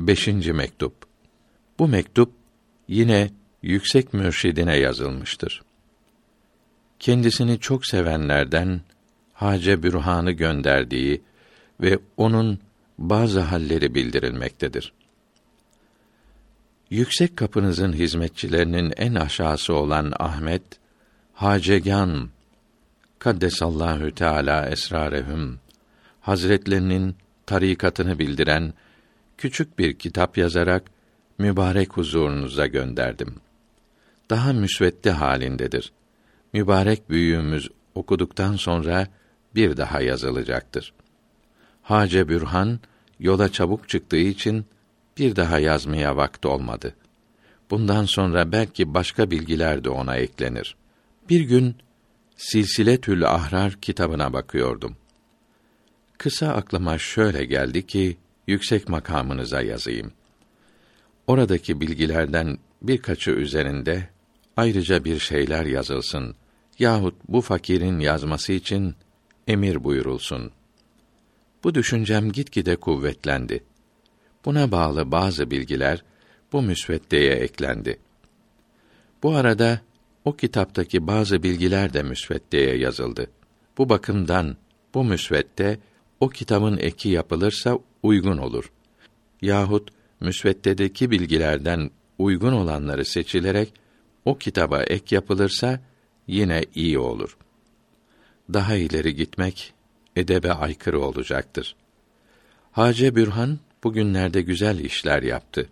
5. mektup. Bu mektup yine yüksek mürşidine yazılmıştır. Kendisini çok sevenlerden Hace Bürhan'ı gönderdiği ve onun bazı halleri bildirilmektedir. Yüksek kapınızın hizmetçilerinin en aşağısı olan Ahmet, Hacegân Kaddesallahu Teala esrarehum Hazretlerinin tarikatını bildiren küçük bir kitap yazarak mübarek huzurunuza gönderdim. Daha müsvedde halindedir. Mübarek büyüğümüz okuduktan sonra bir daha yazılacaktır. Hace Bürhan yola çabuk çıktığı için bir daha yazmaya vakti olmadı. Bundan sonra belki başka bilgiler de ona eklenir. Bir gün Silsiletül Ahrar kitabına bakıyordum. Kısa aklıma şöyle geldi ki yüksek makamınıza yazayım. Oradaki bilgilerden birkaçı üzerinde ayrıca bir şeyler yazılsın yahut bu fakirin yazması için emir buyurulsun. Bu düşüncem gitgide kuvvetlendi. Buna bağlı bazı bilgiler bu müsveddeye eklendi. Bu arada o kitaptaki bazı bilgiler de müsveddeye yazıldı. Bu bakımdan bu müsvedde o kitabın eki yapılırsa uygun olur. Yahut müsveddedeki bilgilerden uygun olanları seçilerek o kitaba ek yapılırsa yine iyi olur. Daha ileri gitmek edebe aykırı olacaktır. Hace Bürhan bugünlerde güzel işler yaptı.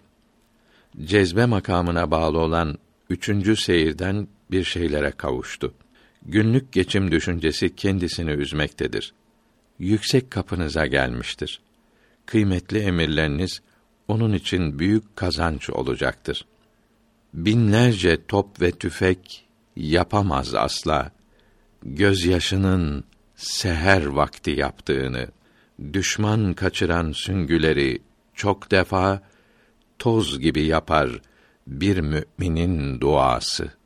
Cezbe makamına bağlı olan 3. seyirden bir şeylere kavuştu. Günlük geçim düşüncesi kendisini üzmektedir. Yüksek kapınıza gelmiştir. Kıymetli emirleriniz onun için büyük kazanç olacaktır. Binlerce top ve tüfek yapamaz asla. Gözyaşının seher vakti yaptığını, düşman kaçıran süngüleri çok defa toz gibi yapar bir müminin duası.